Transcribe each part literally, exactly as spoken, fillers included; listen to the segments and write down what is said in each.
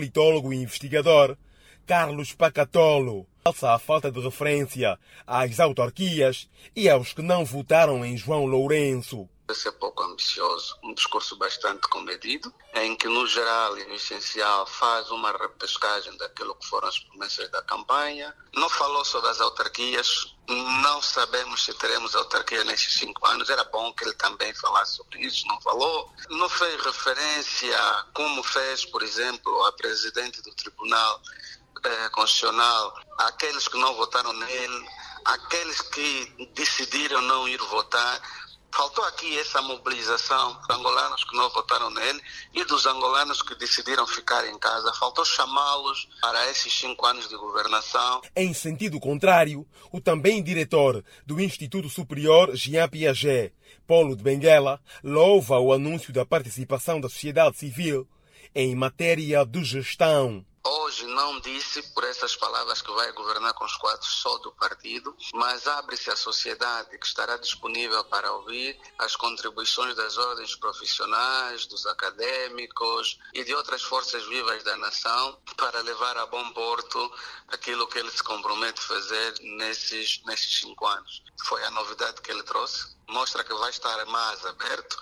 politólogo e investigador Carlos Pacatolo alça a falta de referência às autarquias e aos que não votaram em João Lourenço. Esse é pouco ambicioso, um discurso bastante comedido, em que no geral e no essencial faz uma repescagem daquilo que foram as promessas da campanha. Não falou sobre as autarquias, não sabemos se teremos autarquia nesses cinco anos, era bom que ele também falasse sobre isso, não falou. Não fez referência, como fez, por exemplo, a presidente do Tribunal eh, Constitucional, àqueles que não votaram nele, àqueles que decidiram não ir votar. Faltou aqui essa mobilização dos angolanos que não votaram nele e dos angolanos que decidiram ficar em casa. Faltou chamá-los para esses cinco anos de governação. Em sentido contrário, o também diretor do Instituto Superior Jean Piaget, Paulo de Benguela, louva o anúncio da participação da sociedade civil em matéria de gestão. Hoje não disse por essas palavras que vai governar com os quadros só do partido, mas abre-se à sociedade que estará disponível para ouvir as contribuições das ordens profissionais, dos acadêmicos e de outras forças vivas da nação para levar a bom porto aquilo que ele se compromete a fazer nesses, nesses cinco anos. Foi a novidade que ele trouxe, mostra que vai estar mais aberto.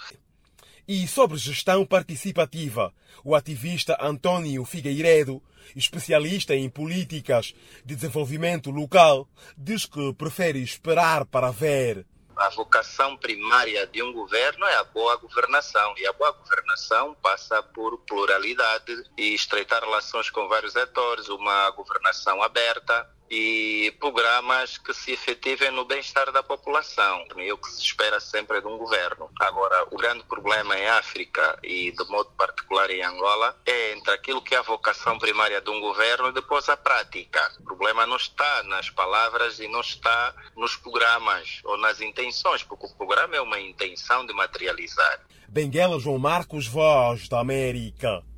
E sobre gestão participativa, o ativista António Figueiredo, especialista em políticas de desenvolvimento local, diz que prefere esperar para ver. A vocação primária de um governo é a boa governação, e a boa governação passa por pluralidade e estreitar relações com vários atores, uma governação aberta e programas que se efetivem no bem-estar da população. É o que se espera sempre de um governo. Agora, o grande problema em África e de modo particular em Angola é entre aquilo que é a vocação primária de um governo e depois a prática. O problema não está nas palavras e não está nos programas ou nas intenções, porque o programa é uma intenção de materializar. Benguela João Marcos, Voz da América.